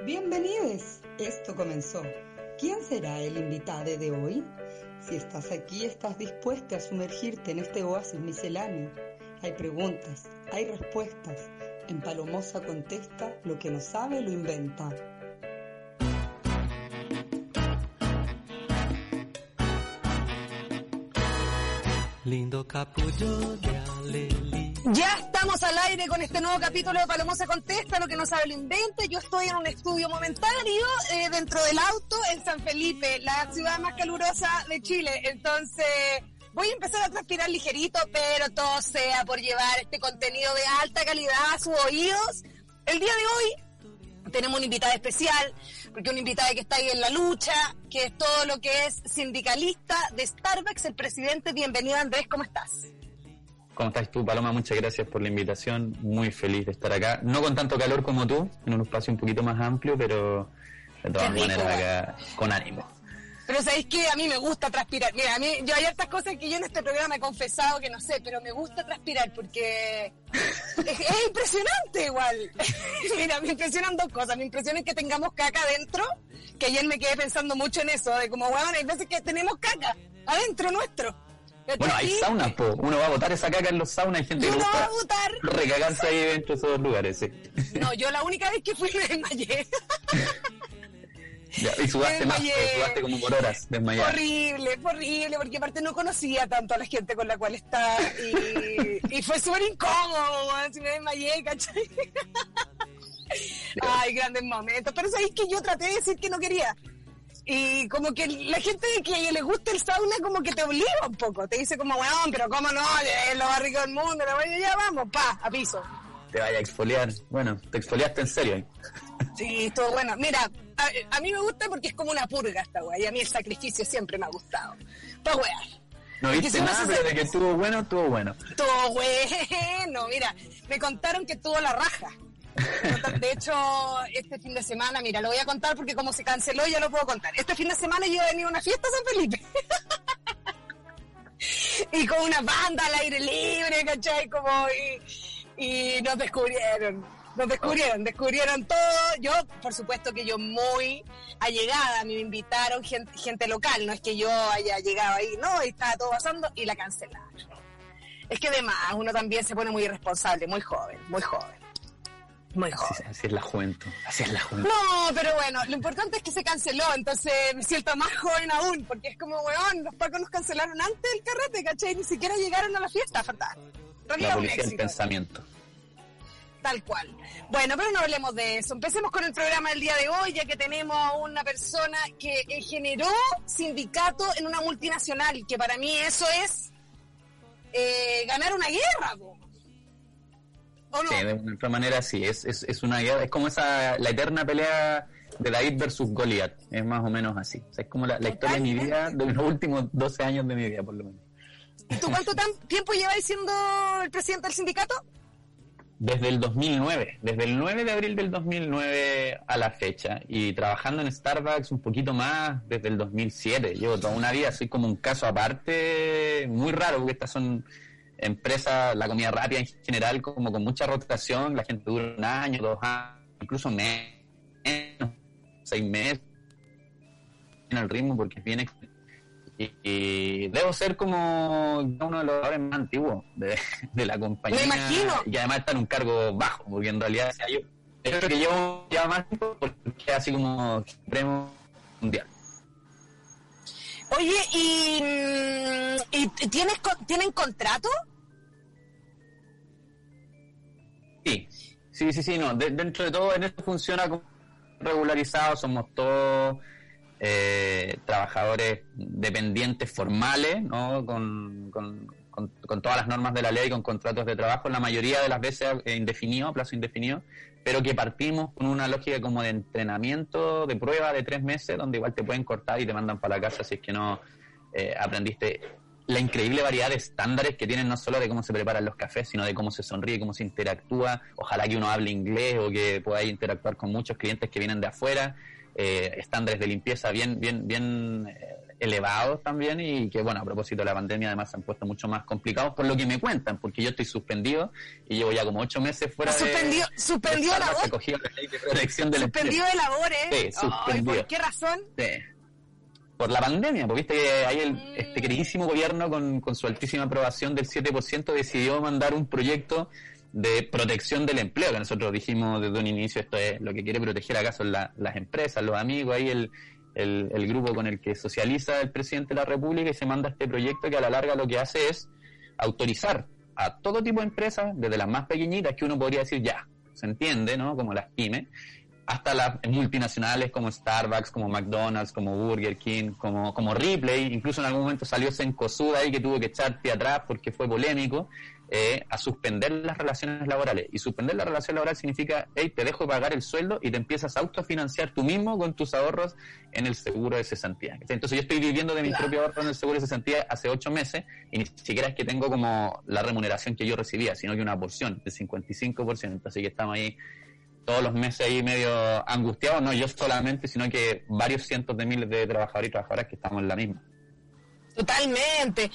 Bienvenidos. Esto comenzó. ¿Quién será el invitado de hoy? Si estás aquí, estás dispuesta a sumergirte en este oasis misceláneo. Hay preguntas, hay respuestas. En Palomosa contesta, lo que no sabe lo inventa. Lindo capullo de alelí. Ya estamos al aire con este nuevo capítulo de Palomosa Contesta, lo que no sabe lo inventa. Yo estoy en un estudio momentáneo dentro del auto en San Felipe, la ciudad más calurosa de Chile. Entonces voy a empezar a transpirar ligerito, pero todo sea por llevar este contenido de alta calidad a sus oídos. El día de hoy tenemos una invitada especial, porque una invitada que está ahí en la lucha, que es todo lo que es sindicalista de Starbucks, el presidente. Bienvenido, Andrés, ¿cómo estás? ¿Cómo estás tú, Paloma? Muchas gracias por la invitación. Muy feliz de estar acá. No con tanto calor como tú, en un espacio un poquito más amplio, pero de todas maneras acá con ánimo. Pero sabéis que a mí me gusta transpirar. Mira, yo hay hartas cosas que yo en este programa he confesado que no sé, pero me gusta transpirar porque es impresionante igual. Mira, me impresionan dos cosas. Me impresiona que tengamos caca adentro, que ayer me quedé pensando mucho en eso, de como, bueno, hay veces que tenemos caca adentro nuestro. Bueno, hay saunas, po. Uno va a botar esa caca en los saunas, hay gente que va a botar recagarse ahí dentro de esos lugares, sí. No, yo la única vez que fui me desmayé. Ya, y sudaste más, sudaste como por horas, desmayada. Horrible, porque aparte no conocía tanto a la gente con la cual está y fue súper incómodo, así me desmayé, ¿cachai? Ay, grandes momentos, pero sabéis que yo traté de decir que no quería. Y como que la gente que le gusta el sauna como que te obliga un poco, te dice como, bueno, pero cómo no, es lo más rico del mundo, ya vamos, a piso. Te vaya a exfoliar, bueno, te exfoliaste en serio. Sí, estuvo bueno. Mira, a mí me gusta porque es como una purga esta weá, y a mí el sacrificio siempre me ha gustado. Pa' wear. No viste si nada, pero de que estuvo bueno. Estuvo bueno, mira, me contaron que tuvo la raja. De hecho, este fin de semana, mira, lo voy a contar porque como se canceló ya lo puedo contar. Este fin de semana yo he venido a una fiesta a San Felipe. Y con una banda al aire libre, ¿cachai? Y nos descubrieron todo. Yo, por supuesto que yo muy allegada, me invitaron gente local, no es que yo haya llegado ahí, no, y estaba todo pasando y la cancelaron. Es que además uno también se pone muy irresponsable, muy joven. Así es la juventud. No, pero bueno, lo importante es que se canceló, entonces me siento más joven aún, porque es como, weón, los pacos nos cancelaron antes del carrete, ¿cachai? Ni siquiera llegaron a la fiesta, fantástico. La policía del pensamiento. Tal cual. Bueno, pero no hablemos de eso. Empecemos con el programa del día de hoy, ya que tenemos a una persona que generó sindicato en una multinacional, que para mí eso es ganar una guerra, ¿no? ¿O no? Sí, de otra manera sí, es una guerra, es como la eterna pelea de David versus Goliat, es más o menos así. O sea, es como la historia de mi vida, de los últimos 12 años de mi vida, por lo menos. ¿Y tú cuánto tiempo llevas siendo el presidente del sindicato? Desde el 2009, desde el 9 de abril del 2009 a la fecha, y trabajando en Starbucks un poquito más desde el 2007. Llevo toda una vida, soy como un caso aparte, muy raro, porque estas son empresas, la comida rápida en general, como con mucha rotación, la gente dura 1 año, 2 años, incluso menos, 6 meses en el ritmo, porque es bien. Y debo ser como uno de los jugadores más antiguos de la compañía. Me imagino. Y además está en un cargo bajo, porque en realidad yo creo que llevo más tiempo porque es así como supremo mundial. Oye, ¿y tienen contrato? Sí, no. Dentro de todo, en esto funciona como regularizado, somos todos trabajadores dependientes formales, ¿no? Con todas las normas de la ley, con contratos de trabajo, la mayoría de las veces indefinido, a plazo indefinido, pero que partimos con una lógica como de entrenamiento, de prueba de 3 meses, donde igual te pueden cortar y te mandan para la casa si es que no aprendiste la increíble variedad de estándares que tienen, no solo de cómo se preparan los cafés, sino de cómo se sonríe, cómo se interactúa. Ojalá que uno hable inglés o que pueda interactuar con muchos clientes que vienen de afuera. estándares de limpieza bien elevados también, y que bueno, a propósito de la pandemia además se han puesto mucho más complicados por lo que me cuentan, porque yo estoy suspendido y llevo ya como 8 meses fuera suspendió labor. Recogido la ley de protección del suspendido empleo. de labores. Sí, suspendido. ¿Por qué razón? Sí. Por la pandemia, porque viste que ahí este queridísimo gobierno con su altísima aprobación del 7% decidió mandar un proyecto de protección del empleo, que nosotros dijimos desde un inicio, esto es lo que quiere proteger acá son las empresas, los amigos, ahí el grupo con el que socializa el presidente de la República, y se manda este proyecto que a la larga lo que hace es autorizar a todo tipo de empresas, desde las más pequeñitas, que uno podría decir ya, se entiende, ¿no? Como las pymes, hasta las multinacionales como Starbucks, como McDonald's, como Burger King, como Ripley, incluso en algún momento salió Cencosud ahí que tuvo que echar pie atrás porque fue polémico, a suspender las relaciones laborales. Y suspender la relación laboral significa, hey, te dejo pagar el sueldo y te empiezas a autofinanciar tú mismo con tus ahorros en el seguro de cesantía. Entonces yo estoy viviendo de mi propio ahorro en el seguro de cesantía hace 8 meses y ni siquiera es que tengo como la remuneración que yo recibía, sino que una porción del 55%. Así que estamos ahí todos los meses ahí medio angustiados, no yo solamente, sino que varios cientos de miles de trabajadores y trabajadoras que estamos en la misma. Totalmente.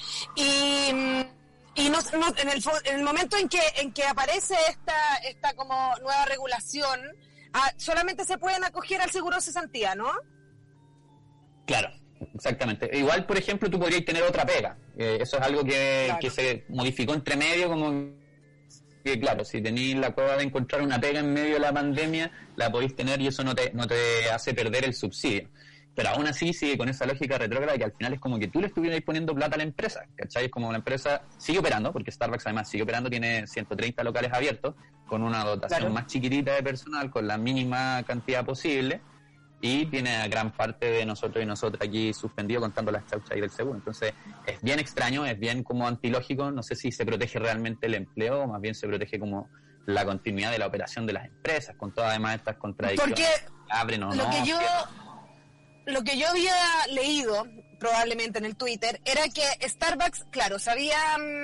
Y no, en el momento en que aparece esta como nueva regulación, solamente se pueden acoger al seguro de cesantía, ¿no? Claro, exactamente. Igual, por ejemplo, tú podrías tener otra pega. Eso es algo Claro. que se modificó entre medio, como que, claro, si tenéis la cueva de encontrar una pega en medio de la pandemia, la podéis tener y eso no te hace perder el subsidio. Pero aún así sigue con esa lógica retrógrada que al final es como que tú le estuvieras poniendo plata a la empresa, ¿cachai? Es como la empresa sigue operando, porque Starbucks además sigue operando, tiene 130 locales abiertos, con una dotación Claro. más chiquitita de personal, con la mínima cantidad posible, y tiene a gran parte de nosotros y nosotras aquí suspendido contando las chauchas ahí del seguro. Entonces es bien extraño, es bien como antilógico, no sé si se protege realmente el empleo o más bien se protege como la continuidad de la operación de las empresas, con todas además estas contradicciones. Porque abren o lo no, que yo había leído probablemente en el Twitter era que Starbucks, claro, se había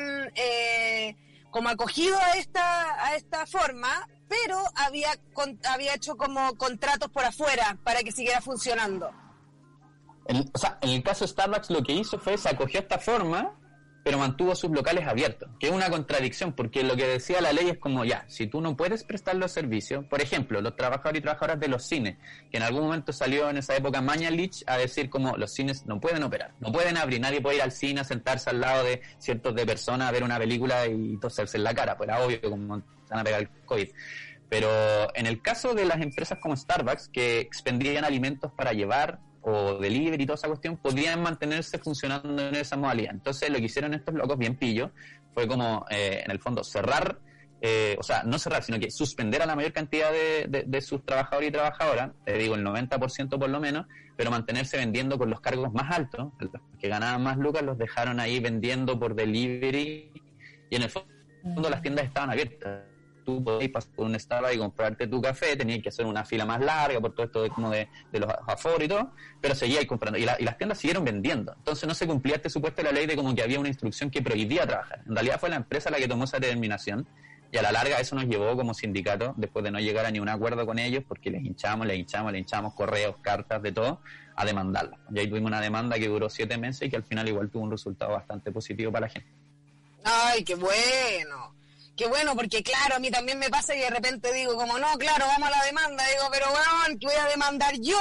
como acogido a esta forma, pero había hecho como contratos por afuera para que siguiera funcionando. En el caso de Starbucks lo que hizo fue se acogió a esta forma, pero mantuvo sus locales abiertos, que es una contradicción, porque lo que decía la ley es como, ya, si tú no puedes prestar los servicios, por ejemplo, los trabajadores y trabajadoras de los cines, que en algún momento salió en esa época Mañalich a decir como los cines no pueden operar, no pueden abrir, nadie puede ir al cine a sentarse al lado de cientos de personas a ver una película y toserse en la cara, pues era obvio como se van a pegar el COVID. Pero en el caso de las empresas como Starbucks, que expendían alimentos para llevar o delivery y toda esa cuestión, podían mantenerse funcionando en esa modalidad. Entonces lo que hicieron estos locos bien pillos fue como, en el fondo, cerrar, o sea, no cerrar, sino que suspender a la mayor cantidad de sus trabajadores y trabajadoras, te digo el 90% por lo menos, pero mantenerse vendiendo con los cargos más altos, los que ganaban más lucas los dejaron ahí vendiendo por delivery, y en el fondo las tiendas estaban abiertas. Tú podías pasar por un Starbucks y comprarte tu café, tenías que hacer una fila más larga por todo esto de los aforos y todo, pero seguías comprando. Y las tiendas siguieron vendiendo. Entonces no se cumplía este supuesto de la ley de como que había una instrucción que prohibía trabajar. En realidad fue la empresa la que tomó esa determinación, y a la larga eso nos llevó como sindicato, después de no llegar a ni un acuerdo con ellos, porque les hinchamos correos, cartas, de todo, a demandarla. Y ahí tuvimos una demanda que duró 7 meses y que al final igual tuvo un resultado bastante positivo para la gente. ¡Ay, qué bueno! Qué bueno, porque claro, a mí también me pasa y de repente digo como, no, claro, vamos a la demanda. Digo, pero bueno, ¿qué voy a demandar yo?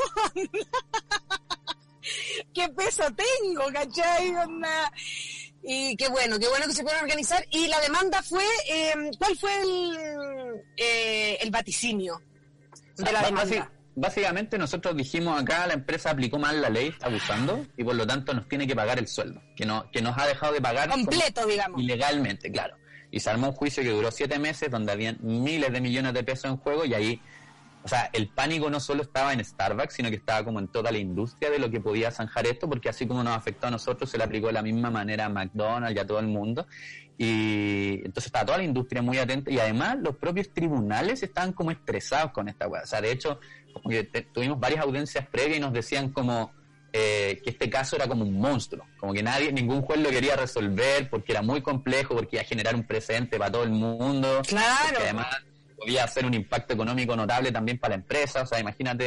¿Qué peso tengo, cachai? Onda. Y qué bueno que se puedan organizar. Y la demanda fue, ¿cuál fue el vaticinio de la demanda? Básicamente nosotros dijimos acá, la empresa aplicó mal la ley, está abusando, y por lo tanto nos tiene que pagar el sueldo, que nos ha dejado de pagar completo, digamos. Ilegalmente, claro. Y se armó un juicio que duró 7 meses, donde habían miles de millones de pesos en juego, y ahí, o sea, el pánico no solo estaba en Starbucks, sino que estaba como en toda la industria de lo que podía zanjar esto, porque así como nos afectó a nosotros, se le aplicó de la misma manera a McDonald's y a todo el mundo. Y entonces estaba toda la industria muy atenta, y además los propios tribunales estaban como estresados con esta weá. O sea, de hecho, como que tuvimos varias audiencias previas y nos decían como que este caso era como un monstruo, como que ningún juez lo quería resolver porque era muy complejo, porque iba a generar un precedente para todo el mundo. Claro. Porque además podía hacer un impacto económico notable también para la empresa. O sea, imagínate,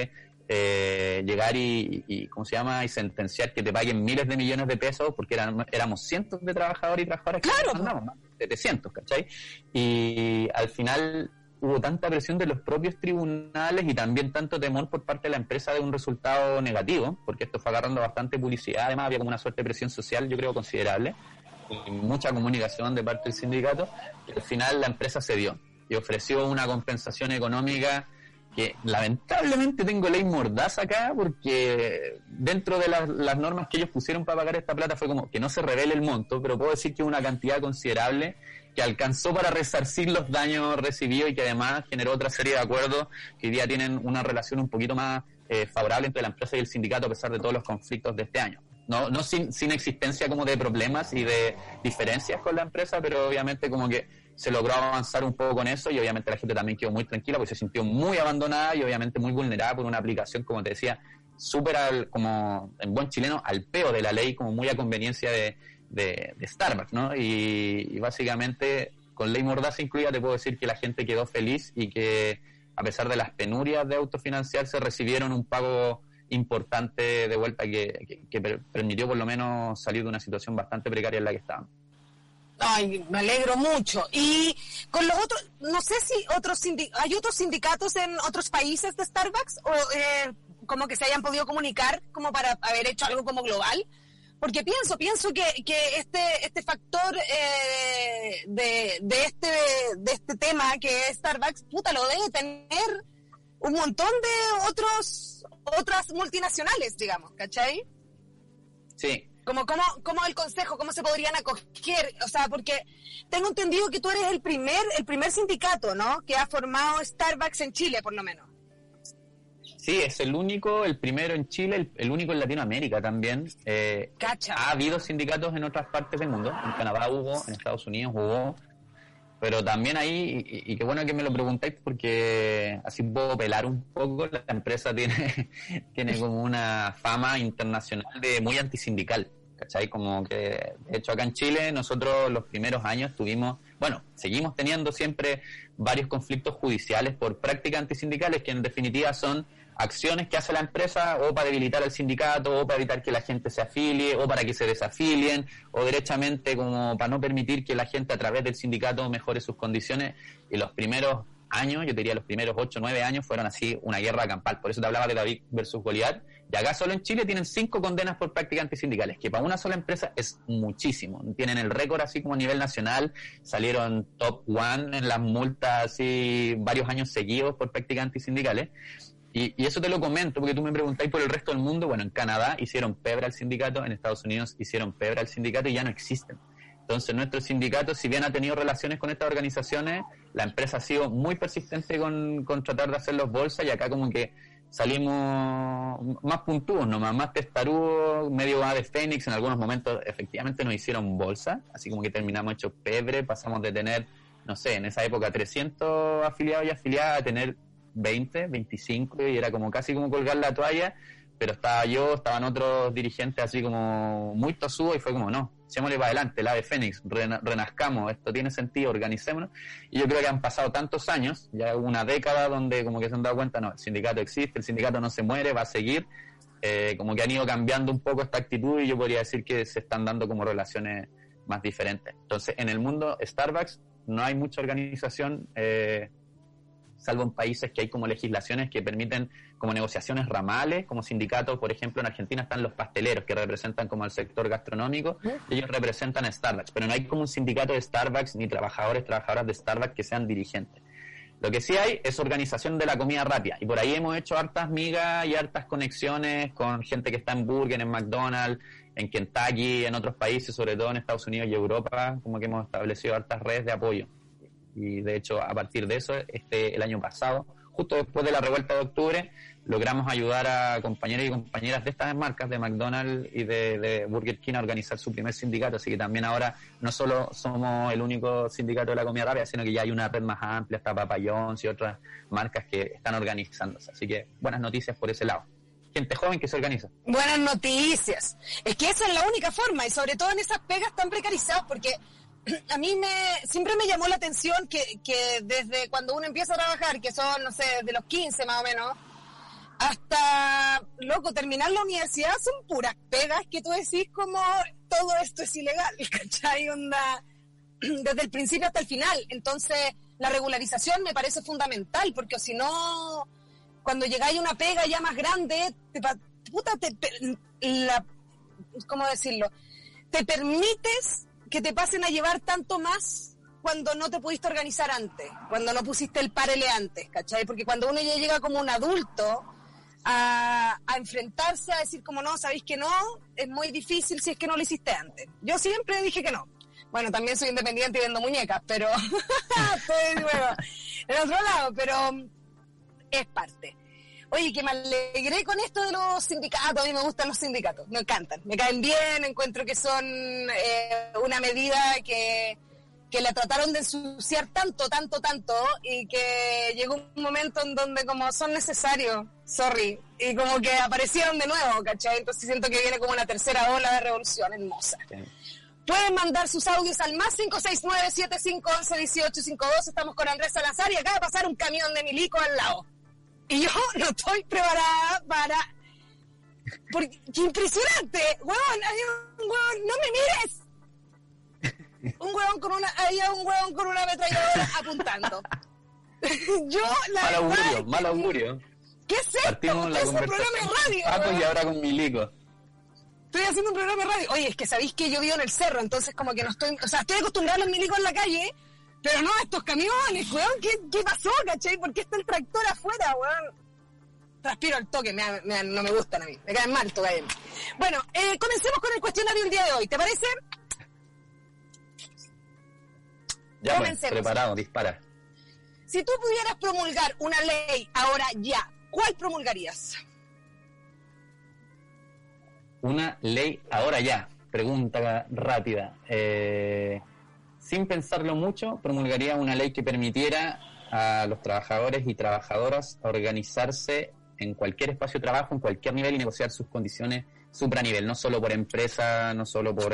llegar y ¿cómo se llama? Y sentenciar que te paguen miles de millones de pesos, porque éramos cientos de trabajadores y trabajadoras que Claro, mandamos, más de 700, ¿cachai? Y al final hubo tanta presión de los propios tribunales y también tanto temor por parte de la empresa de un resultado negativo, porque esto fue agarrando bastante publicidad, además había como una suerte de presión social, yo creo, considerable, y mucha comunicación de parte del sindicato, que al final la empresa cedió y ofreció una compensación económica que lamentablemente tengo ley mordaza acá, porque dentro de las normas que ellos pusieron para pagar esta plata fue como que no se revele el monto, pero puedo decir que es una cantidad considerable que alcanzó para resarcir los daños recibidos y que además generó otra serie de acuerdos que hoy día tienen una relación un poquito más favorable entre la empresa y el sindicato a pesar de todos los conflictos de este año. No sin existencia como de problemas y de diferencias con la empresa, pero obviamente como que se logró avanzar un poco con eso y obviamente la gente también quedó muy tranquila porque se sintió muy abandonada y obviamente muy vulnerada por una aplicación, como te decía, súper como en buen chileno, al peo de la ley, como muy a conveniencia de Starbucks, ¿no? Y básicamente con ley mordaza incluida te puedo decir que la gente quedó feliz y que a pesar de las penurias de autofinanciarse recibieron un pago importante de vuelta que permitió por lo menos salir de una situación bastante precaria en la que estaban. Ay, me alegro mucho. Y con los otros, no sé si hay otros sindicatos en otros países de Starbucks o como que se hayan podido comunicar como para haber hecho algo como global. Porque pienso que este factor de este tema que es Starbucks, puta, lo debe tener un montón de otras multinacionales, digamos, ¿cachai? Sí. ¿Cómo el consejo, cómo se podrían acoger? O sea, porque tengo entendido que tú eres el primer sindicato, ¿no? Que ha formado Starbucks en Chile, por lo menos. Sí, es el único, el primero en Chile, el único en Latinoamérica también. Cacha. Ha habido sindicatos en otras partes del mundo. En Canadá hubo, en Estados Unidos hubo. Pero también ahí, y qué bueno que me lo preguntáis porque así puedo pelar un poco, la empresa tiene como una fama internacional de muy antisindical, ¿cachai? Como que, de hecho, acá en Chile nosotros los primeros años seguimos teniendo siempre varios conflictos judiciales por prácticas antisindicales que en definitiva son acciones que hace la empresa o para debilitar al sindicato o para evitar que la gente se afilie o para que se desafilien o derechamente como para no permitir que la gente a través del sindicato mejore sus condiciones. Y los primeros años, yo diría los primeros 8 o 9 años fueron así una guerra campal. Por eso te hablaba de David versus Goliat. Y acá solo en Chile tienen 5 condenas por prácticas antisindicales, que para una sola empresa es muchísimo. Tienen el récord así como a nivel nacional, salieron top 1 en las multas así varios años seguidos por prácticas antisindicales. Y eso te lo comento porque tú me preguntáis por el resto del mundo. Bueno, en Canadá hicieron pebre al sindicato, en Estados Unidos hicieron pebre al sindicato y ya no existen. Entonces nuestro sindicato, si bien ha tenido relaciones con estas organizaciones, la empresa ha sido muy persistente con tratar de hacerlos bolsa y acá como que salimos más puntúos nomás, más testarudos, medio ave fénix. En algunos momentos efectivamente nos hicieron bolsa, así como que terminamos hechos pebre, pasamos de tener, no sé, en esa época 300 afiliados y afiliadas a tener 20, 25 y era como casi como colgar la toalla, pero estaban otros dirigentes así como muy tosudos y fue como no, echémosle para adelante, la de Fénix, renazcamos, esto tiene sentido, organicémonos. Y yo creo que han pasado tantos años, ya una década donde como que se han dado cuenta, no, el sindicato existe, el sindicato no se muere, va a seguir, como que han ido cambiando un poco esta actitud y yo podría decir que se están dando como relaciones más diferentes. Entonces en el mundo Starbucks no hay mucha organización, salvo en países que hay como legislaciones que permiten como negociaciones ramales, como sindicatos. Por ejemplo, en Argentina están los pasteleros, que representan como al sector gastronómico, y ellos representan a Starbucks, pero no hay como un sindicato de Starbucks, ni trabajadoras de Starbucks que sean dirigentes. Lo que sí hay es organización de la comida rápida, y por ahí hemos hecho hartas migas y hartas conexiones con gente que está en Burger, en McDonald's, en Kentucky, en otros países, sobre todo en Estados Unidos y Europa, como que hemos establecido hartas redes de apoyo. Y de hecho, a partir de eso, el año pasado, justo después de la revuelta de octubre, logramos ayudar a compañeros y compañeras de estas marcas, de McDonald's y de Burger King, a organizar su primer sindicato. Así que también ahora no solo somos el único sindicato de la comida rápida, sino que ya hay una red más amplia, está Papa John's y otras marcas que están organizándose. Así que buenas noticias por ese lado. Gente joven que se organiza. Buenas noticias. Es que esa es la única forma, y sobre todo en esas pegas tan precarizadas, porque a mí siempre me llamó la atención que desde cuando uno empieza a trabajar, que son, no sé, de los 15 más o menos, hasta, loco, terminar la universidad son puras pegas que tú decís como todo esto es ilegal, ¿cachai? Onda, desde el principio hasta el final. Entonces, la regularización me parece fundamental, porque si no, cuando llegáis a una pega ya más grande, ¿cómo decirlo? Te permites que te pasen a llevar tanto más cuando no te pudiste organizar antes, cuando no pusiste el parele antes, ¿cachai? Porque cuando uno ya llega como un adulto a enfrentarse, a decir como no, sabéis que no, es muy difícil si es que no lo hiciste antes. Yo siempre dije que no. Bueno, también soy independiente y vendo muñecas, pero estoy, bueno, en otro lado, pero es parte. Oye, que me alegré con esto de los sindicatos. A mí me gustan los sindicatos, me encantan, me caen bien, encuentro que son una medida que la trataron de ensuciar tanto, y que llegó un momento en donde como son necesarios, y como que aparecieron de nuevo, ¿cachai? Entonces siento que viene como una tercera ola de revolución hermosa. Okay. Pueden mandar sus audios al más 569-7511-1852. Estamos con Andrés Salazar y acaba de pasar un camión de milico al lado. Y yo no estoy preparada para... Porque, ¡qué impresionante! ¡Huevón! Hay un huevón, ¡no me mires! Había un huevón con una ametralladora apuntando. Yo, mal augurio. ¿Qué es esto? Partimos la conversación. Un programa de radio. Paco y ahora con milico. Estoy haciendo un programa de radio. Oye, es que sabéis que yo vivo en el cerro, entonces como que no estoy... O sea, estoy acostumbrada a los milicos en la calle, pero no a estos camiones, weón. ¿Qué pasó, cachai? ¿Por qué está el tractor afuera, weón? Transpiro al toque, no me gustan a mí. Me caen mal todavía. Bueno, comencemos con el cuestionario del día de hoy, ¿te parece? Ya, comencemos. Preparado, dispara. Si tú pudieras promulgar una ley ahora ya, ¿cuál promulgarías? Una ley ahora ya. Pregunta rápida. Sin pensarlo mucho, promulgaría una ley que permitiera a los trabajadores y trabajadoras organizarse en cualquier espacio de trabajo, en cualquier nivel y negociar sus condiciones supranivel, no solo por empresa, no solo por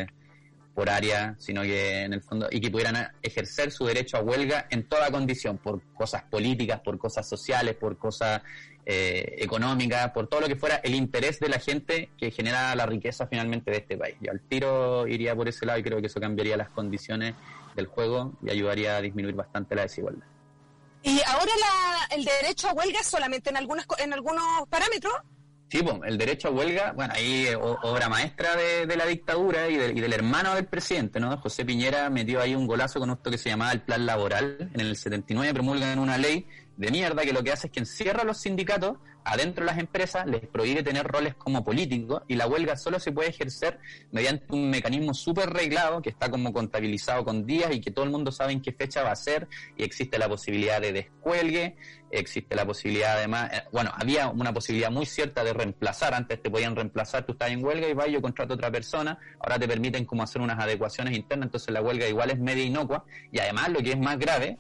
área, sino que en el fondo, y que pudieran ejercer su derecho a huelga en toda condición, por cosas políticas, por cosas sociales, por cosas económicas, por todo lo que fuera el interés de la gente que genera la riqueza finalmente de este país. Yo al tiro iría por ese lado y creo que eso cambiaría las condiciones del juego y ayudaría a disminuir bastante la desigualdad. ¿Y ahora el derecho a huelga es solamente en algunos parámetros? Sí, pues, el derecho a huelga, bueno, ahí obra maestra de la dictadura y del hermano del presidente, ¿no? José Piñera metió ahí un golazo con esto que se llamaba el plan laboral. En el 79 promulgan una ley de mierda que lo que hace es que encierra a los sindicatos adentro de las empresas, les prohíbe tener roles como políticos y la huelga solo se puede ejercer mediante un mecanismo súper reglado que está como contabilizado con días y que todo el mundo sabe en qué fecha va a ser y existe la posibilidad de descuelgue, existe la posibilidad además, había una posibilidad muy cierta de reemplazar, antes te podían reemplazar, tú estás en huelga y vas, yo contrato a otra persona, ahora te permiten como hacer unas adecuaciones internas, entonces la huelga igual es media inocua y además lo que es más grave,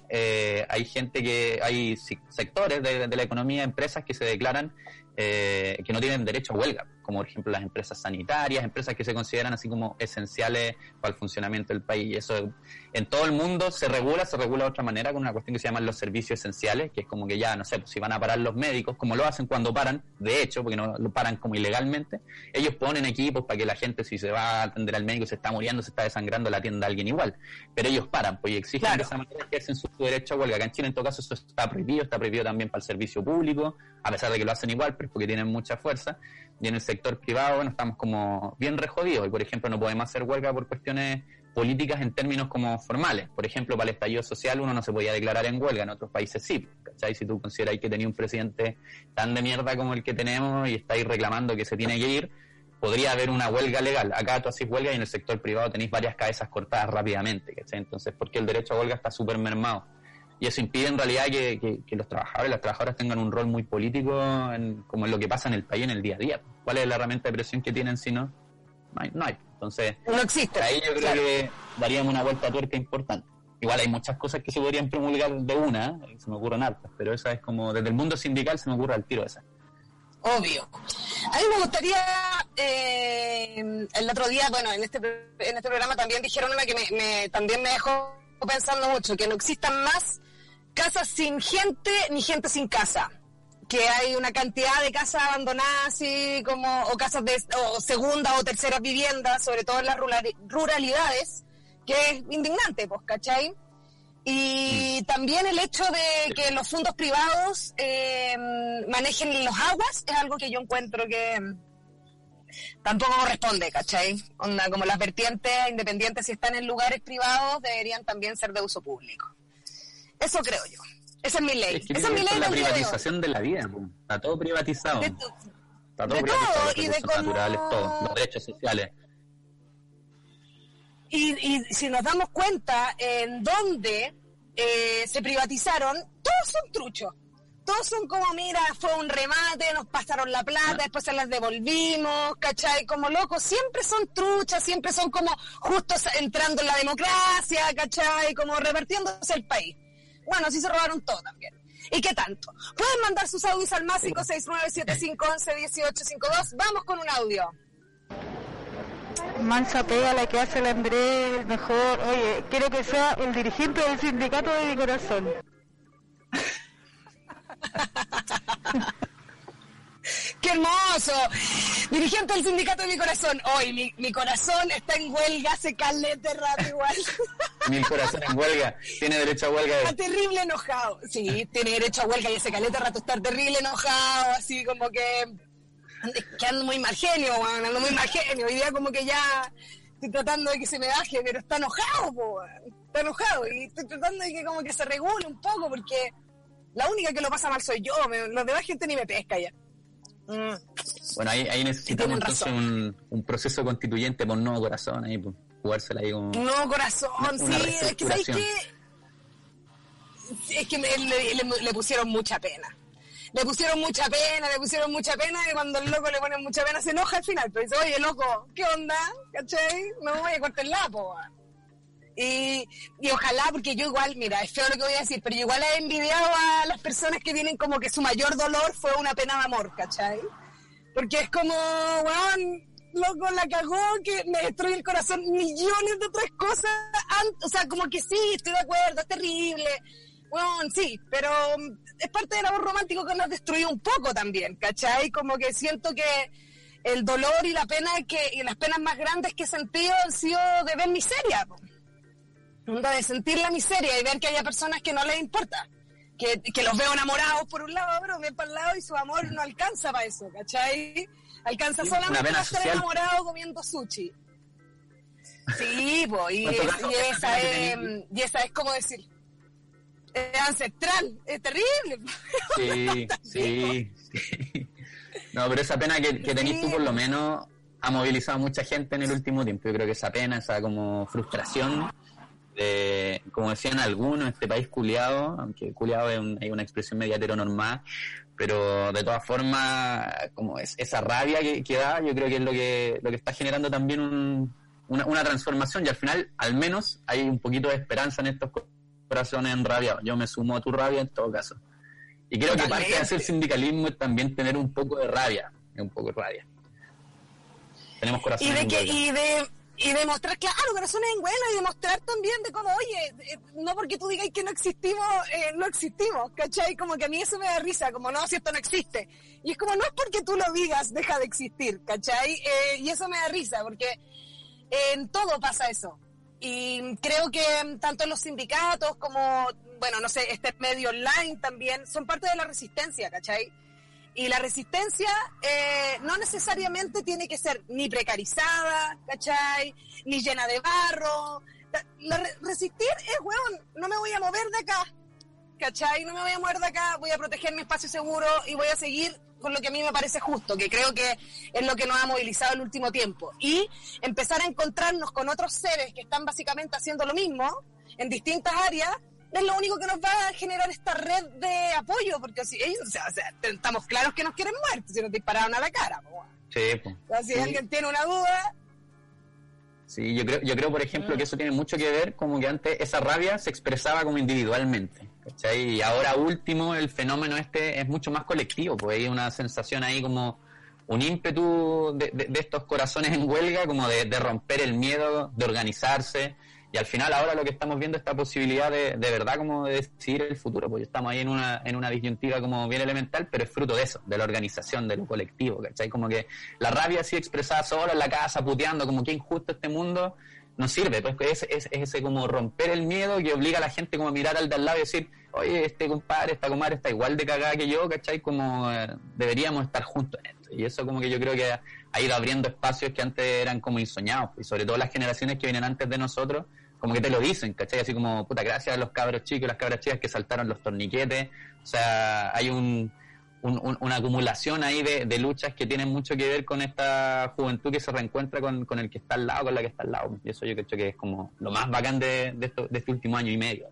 hay sectores de la economía, empresas que se declaran que no tienen derecho a huelga, como por ejemplo las empresas sanitarias, empresas que se consideran así como esenciales para el funcionamiento del país. Y eso en todo el mundo se regula de otra manera con una cuestión que se llaman los servicios esenciales, que es como que ya, no sé, pues si van a parar los médicos, como lo hacen cuando paran, de hecho, porque no lo paran como ilegalmente, ellos ponen equipos para que la gente, si se va a atender al médico, se está muriendo, se está desangrando, la atienda a alguien igual, pero ellos paran, pues y exigen de esa manera que hacen su derecho a huelga. Acá en Chile en todo caso eso está prohibido también para el servicio público, a pesar de que lo hacen igual, pero es porque tienen mucha fuerza. Y en el sector privado, estamos como bien rejodidos. Y, por ejemplo, no podemos hacer huelga por cuestiones políticas en términos como formales. Por ejemplo, para el estallido social uno no se podía declarar en huelga, en otros países sí. ¿Cachai? Si tú consideras que tenía un presidente tan de mierda como el que tenemos y estáis reclamando que se tiene que ir, podría haber una huelga legal. Acá tú haces huelga y en el sector privado tenéis varias cabezas cortadas rápidamente. ¿Cachai? Entonces, porque el derecho a huelga está súper mermado. Y eso impide en realidad que los trabajadores y las trabajadoras tengan un rol muy político como en lo que pasa en el país en el día a día. ¿Cuál es la herramienta de presión que tienen si no? No hay. Entonces, no existe. Ahí yo creo que daríamos una vuelta a tuerca importante. Igual hay muchas cosas que se podrían promulgar de una, se me ocurren hartas, pero esa es como, desde el mundo sindical se me ocurre al tiro esa. Obvio. A mí me gustaría, el otro día, en este programa también dijeron una que también me dejó pensando mucho, que no existan más casas sin gente ni gente sin casa. que hay una cantidad de casas abandonadas, así como, o casas o segundas o terceras viviendas, sobre todo en las ruralidades, que es indignante, pues, ¿cachai? Y también el hecho de que los fondos privados manejen los aguas es algo que yo encuentro que tampoco corresponde, ¿cachai? Onda, como las vertientes independientes, si están en lugares privados, deberían también ser de uso público. Eso creo yo. Esa es mi ley. Es que Esa es mi ley la del día de hoy. privatización de la vida, po. Está todo privatizado. Está todo de privatizado, todo, los y de recursos cómo... naturales, todo, los derechos sociales. Y si nos damos cuenta en dónde se privatizaron, todos son truchos. Todos son como, mira, fue un remate, nos pasaron la plata, después se las devolvimos, ¿cachai? Como locos, siempre son truchas, siempre son como justo entrando en la democracia, ¿cachai? Como repartiéndose el país. Bueno, así se robaron todo también. ¿Y qué tanto? Pueden mandar sus audios al más 569-7511-1852. Vamos con un audio. Mansa pega la que hace el Andrés, el mejor. Oye, quiero que sea el dirigente del sindicato de mi corazón. ¡Qué hermoso! Dirigente del sindicato de mi corazón. Hoy mi corazón está en huelga hace calete rato igual. Mi corazón en huelga. Tiene derecho a huelga. Está terrible enojado. Sí, tiene derecho a huelga y ese calete rato está terrible enojado, así como que ando muy mal genio, weón, ando muy mal genio. Hoy día como que ya estoy tratando de que se me baje, pero está enojado, weón. Está enojado y estoy tratando de que como que se regule un poco porque la única que lo pasa mal soy yo, los demás gente ni me pesca ya. Bueno, ahí necesitamos entonces un proceso constituyente por nuevo corazón, ahí por jugársela ahí como... No, corazón, una sí, es que ¿sabes qué? Es que le pusieron mucha pena. Le pusieron mucha pena y cuando el loco le pone mucha pena se enoja al final, pero dice, oye, loco, ¿qué onda? ¿Cachai? No me voy a cortar el lapo, y ojalá, porque yo igual, mira, es feo lo que voy a decir, pero yo igual he envidiado a las personas que tienen como que su mayor dolor fue una pena de amor, ¿cachai? Porque es como, weón, loco, la cagó, que me destruye el corazón, millones de otras cosas, o sea, como que sí, estoy de acuerdo, es terrible, weón, sí, pero es parte del amor romántico que nos destruyó un poco también, ¿cachai? Como que siento que el dolor y la pena y las penas más grandes que he sentido han sido de ver miseria, po. De sentir la miseria y ver que haya personas que no les importa, que los veo enamorados por un lado, pero ven para el lado y su amor no alcanza para eso, ¿cachai? Alcanza sí, solamente para estar enamorado comiendo sushi. Sí, pues, y esa es como decir, es ancestral, es terrible. Sí. No, pero esa pena que tenés tú por lo menos ha movilizado a mucha gente en el último tiempo. Yo creo que esa pena, esa como frustración como decían algunos, este país culiado, aunque culiado hay una expresión media heteronormada, pero de todas formas, como esa rabia que da, yo creo que es lo que está generando también una transformación, y al final, al menos, hay un poquito de esperanza en estos corazones enrabiados. Yo me sumo a tu rabia en todo caso. Y creo que parte de hacer sindicalismo es también tener un poco de rabia, Tenemos corazones en huelga. Y demostrar, claro, corazones en huelga, y demostrar también de cómo, oye, no porque tú digas que no existimos, ¿cachai? Como que a mí eso me da risa, como no, si esto no existe. Y es como, no es porque tú lo digas, deja de existir, ¿cachai? Y eso me da risa, porque en todo pasa eso. Y creo que tanto en los sindicatos como, bueno, no sé, este medio online también, son parte de la resistencia, ¿cachai? Y la resistencia no necesariamente tiene que ser ni precarizada, ¿cachai? Ni llena de barro. Resistir es, weón, no me voy a mover de acá, ¿cachai? No me voy a mover de acá, voy a proteger mi espacio seguro y voy a seguir con lo que a mí me parece justo, que creo que es lo que nos ha movilizado el último tiempo. Y empezar a encontrarnos con otros seres que están básicamente haciendo lo mismo en distintas áreas, es lo único que nos va a generar esta red de apoyo, porque si ellos, o sea, estamos claros que nos quieren muertos, si nos dispararon a la cara, sí, pues. O sea, si alguien tiene una duda. Sí, yo creo por ejemplo, que eso tiene mucho que ver, como que antes esa rabia se expresaba como individualmente, ¿cachai? Y ahora último el fenómeno es mucho más colectivo, pues hay una sensación ahí como un ímpetu de estos corazones en huelga, como de romper el miedo, de organizarse. Y al final ahora lo que estamos viendo es esta posibilidad de verdad como de decidir el futuro, porque estamos ahí en una disyuntiva como bien elemental, pero es fruto de eso, de la organización, de lo colectivo, ¿cachai? Como que la rabia así expresada sola en la casa, puteando, como que injusto este mundo, no sirve. Pues es ese como romper el miedo que obliga a la gente como a mirar al de al lado y decir, oye, este compadre, esta comadre está igual de cagada que yo, ¿cachai? Como deberíamos estar juntos en esto. Y eso como que yo creo que ha ido abriendo espacios que antes eran como insoñados, y sobre todo las generaciones que vienen antes de nosotros, como que te lo dicen, ¿cachai? Así como, puta, gracias a los cabros chicos y las cabras chicas que saltaron los torniquetes. O sea, hay una acumulación ahí de luchas que tienen mucho que ver con esta juventud que se reencuentra con el que está al lado, con la que está al lado. Y eso yo creo que es como lo más bacán de este último año y medio.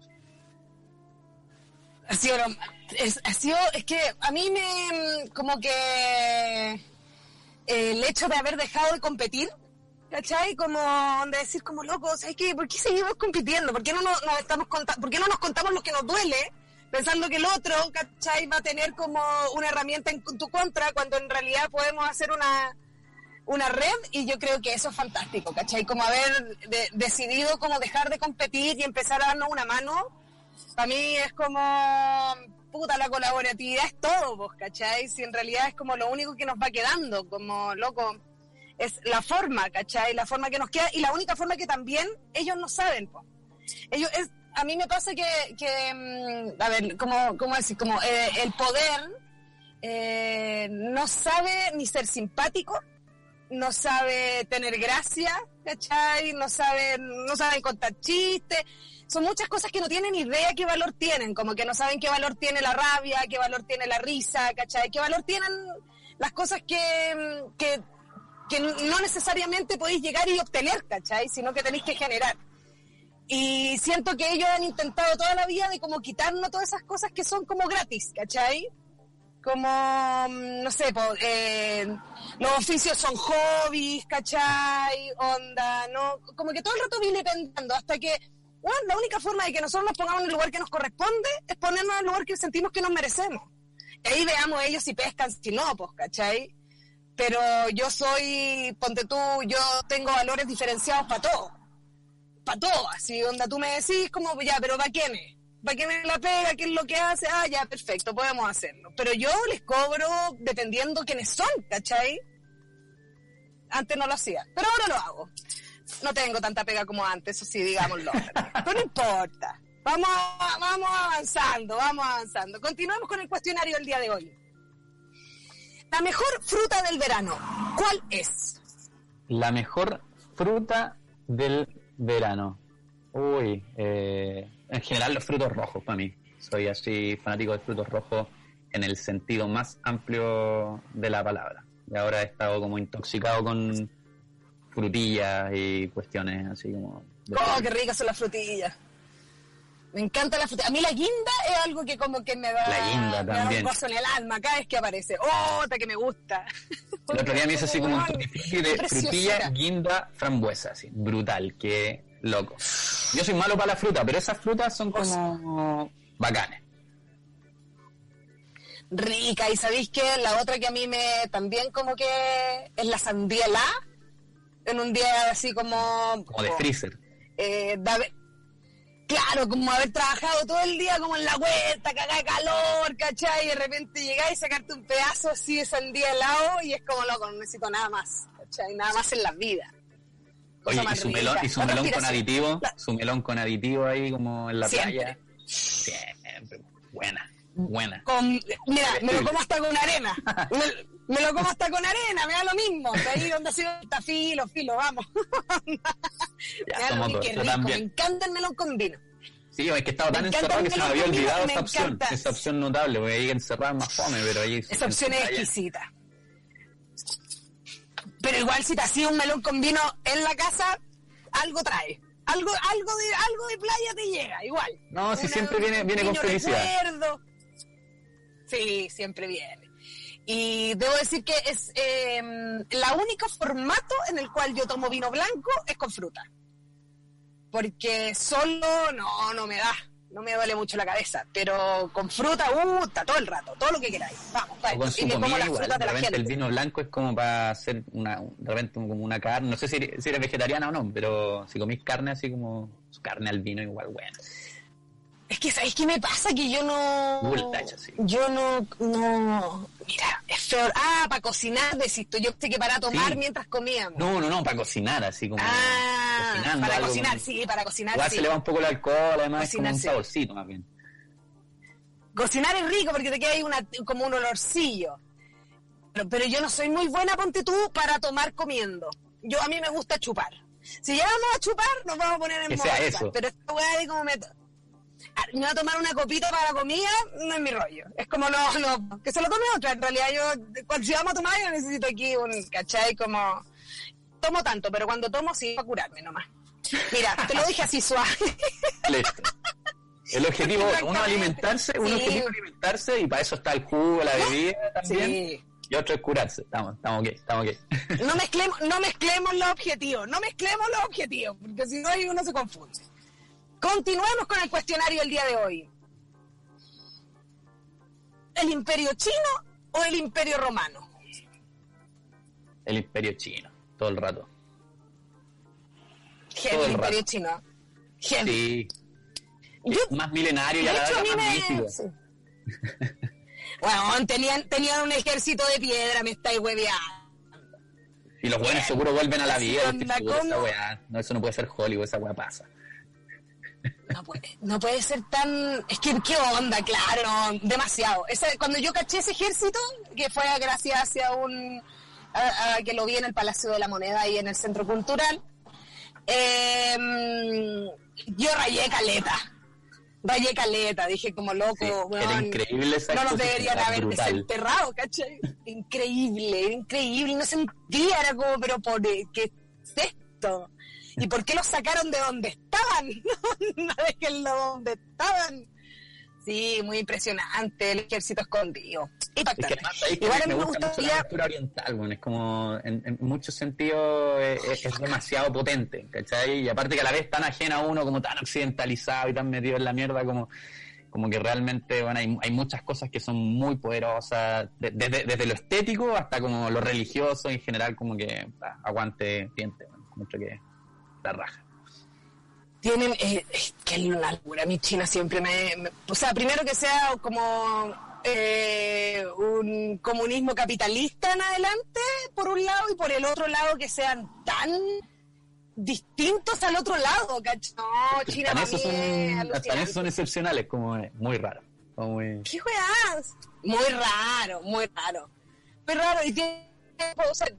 Es que a mí me, como que el hecho de haber dejado de competir, ¿cachai? Como de decir como loco, ¿sabes qué? ¿Por qué seguimos compitiendo? ¿Por qué no nos contamos lo que nos duele? Pensando que el otro, ¿cachai? Va a tener como una herramienta en tu contra, cuando en realidad podemos hacer una red, y yo creo que eso es fantástico, ¿cachai? Como haber decidido como dejar de competir y empezar a darnos una mano, para mí es como, puta, la colaboratividad es todo, pues, ¿cachai? Si en realidad es como lo único que nos va quedando, como, loco, es la forma, ¿cachai? La forma que nos queda, y la única forma que también ellos no saben, pues. A mí me pasa que a ver, ¿cómo decir? Como el poder no sabe ni ser simpático, no sabe tener gracia, ¿cachai? No saben contar chistes. Son muchas cosas que no tienen idea qué valor tienen, como que no saben qué valor tiene la rabia, qué valor tiene la risa, ¿cachai? Qué valor tienen las cosas que no necesariamente podéis llegar y obtener, ¿cachai? Sino que tenéis que generar. Y siento que ellos han intentado toda la vida de como quitarnos todas esas cosas que son como gratis, ¿cachai? Como, no sé, los oficios son hobbies, ¿cachai? Onda, ¿no? Como que todo el rato vilipendiando, hasta que, bueno, la única forma de que nosotros nos pongamos en el lugar que nos corresponde es ponernos en el lugar que sentimos que nos merecemos. Y ahí veamos ellos si pescan, si no, pues, ¿cachai? Pero yo ponte tú, yo tengo valores diferenciados para todo. Para todo, así, onda, tú me decís como, ya, pero ¿para quién es? ¿Para quién es la pega? ¿Qué es lo que hace? Ah, ya, perfecto, podemos hacerlo. Pero yo les cobro dependiendo quiénes son, ¿cachai? Antes no lo hacía, pero ahora lo hago. No tengo tanta pega como antes, eso sí, digámoslo. Pero no importa. Vamos avanzando. Continuamos con el cuestionario del día de hoy. La mejor fruta del verano, ¿cuál es? La mejor fruta del verano. Uy, en general los frutos rojos para mí. Soy así fanático de frutos rojos en el sentido más amplio de la palabra. Y ahora he estado como intoxicado con frutillas y cuestiones así como... ¡Oh, qué ricas son las frutillas! Me encanta la fruta. A mí la guinda es algo que como que me da un gozo en el alma cada vez que aparece. ¡Oh, hasta que me gusta! El otro día me hice así como un tutti de frutilla, guinda, frambuesa, así, brutal, qué loco. Yo soy malo para la fruta, pero esas frutas son como bacanes. Rica, y ¿sabéis qué? La otra que a mí también como que es la sandía helada, en un día así como... Como de freezer. Claro, como haber trabajado todo el día como en la vuelta, cagada de calor, ¿cachai? Y de repente llegar y sacarte un pedazo así de sandía helado y es como, loco, no necesito nada más, ¿cachai? Nada más en la vida. Oye, y su melón con aditivo, su melón con aditivo ahí como en la playa. Siempre. Buena. Mira, me lo como hasta con arena. Me lo como hasta con arena, me da lo mismo. De ahí donde ha sido está filo, vamos. Qué rico, me encanta el melón con vino. Sí, es que estaba tan encerrado que se me había olvidado esa opción notable, porque ahí encerrado es más fome, pero ahí... Esa opción es exquisita. Pero igual si te hacía un melón con vino en la casa, algo trae. Algo de playa te llega, igual. No, si siempre viene con felicidad. Recuerdo. Sí, siempre viene. Y debo decir que es la único formato en el cual yo tomo vino blanco es con fruta. Porque solo no me da. no me duele mucho la cabeza, pero con fruta, está todo el rato, todo lo que queráis. Vamos, O con su y me como comida las igual, frutas de de la repente gente. el vino blanco es como para hacer de repente como una carne, no sé si eres vegetariana o no, pero si comís carne así como carne al vino igual, bueno. Es que, ¿sabéis qué me pasa? Que yo no... Tacho, sí. Yo no... Mira, es feo. Ah, para cocinar, decís tú. Yo sé que para tomar Sí. mientras comíamos. No, para cocinar, así como cocinando. Para algo cocinar, como- sí, para cocinar, Igual sí. se le va un poco el alcohol, además es como Cocinar, un sí. saborcito más bien. Cocinar es rico porque te queda ahí como un olorcillo. Pero yo no soy muy buena, ponte tú, para tomar comiendo. A mí me gusta chupar. Si ya vamos a chupar, nos vamos a poner en Que modo sea chupar. eso. Pero esta weá de como me voy a tomar una copita para la comida, no es mi rollo. Es como, no, que se lo tome otra. En realidad si vamos a tomar, yo necesito aquí ¿cachai? Como, tomo tanto, pero cuando tomo sí para curarme nomás. Mira, te lo dije así suave. Listo. El objetivo, Exactamente. uno Sí. objetivo alimentarse y para eso está el jugo, la bebida también. Sí. Y otro es curarse. Estamos ok. No mezclemos los objetivos, porque si no ahí uno se confunde. Continuemos con el cuestionario del día de hoy. ¿El Imperio Chino o el Imperio Romano? El Imperio Chino, todo el rato. Heavy, Todo el el Imperio rato. Chino. Heavy. Sí. Yo, Es más milenario y de a la hecho, a vez mí más me... rígido. sí. Bueno, tenían un ejército de piedra, me estáis hueveando. Y los buenos seguro vuelven a la Así vida. onda, ¿Viste? Esa ¿cómo? weá. No, eso no puede ser Hollywood, esa weá pasa. No puede ser tan... Es que, ¿qué onda? Claro, demasiado. Cuando yo caché ese ejército, que fue gracias a que lo vi en el Palacio de la Moneda, ahí en el Centro Cultural, yo rayé caleta, dije como loco, Sí, weón, era increíble esa no nos exposición, deberían era haber brutal. desenterrado, ¿cachai? Increíble, no sentía, era como, pero ¿qué es esto? ¿Y por qué los sacaron de donde estaban? No déjenlo donde estaban. Sí, muy impresionante, el ejército escondido. Es que Impactante. además ahí Igual a me mí me gusta mucho la gustaría... cultura oriental, bueno, es como en muchos sentidos es demasiado potente, ¿cachai? Y aparte que a la vez tan ajena a uno, como tan occidentalizado y tan metido en la mierda, como que realmente, bueno, hay muchas cosas que son muy poderosas, desde lo estético hasta como lo religioso en general, como que aguante diente, bueno, mucho que la raja. Tienen, que una locura, mi China siempre o sea, primero que sea como un comunismo capitalista en adelante, por un lado, y por el otro lado que sean tan distintos al otro lado, ¿cachai? No, China para mí es Hasta alucinante. en eso son excepcionales, como muy raro. Como muy... ¿Qué juegas? Muy raro. Muy raro, y tiene, o sea,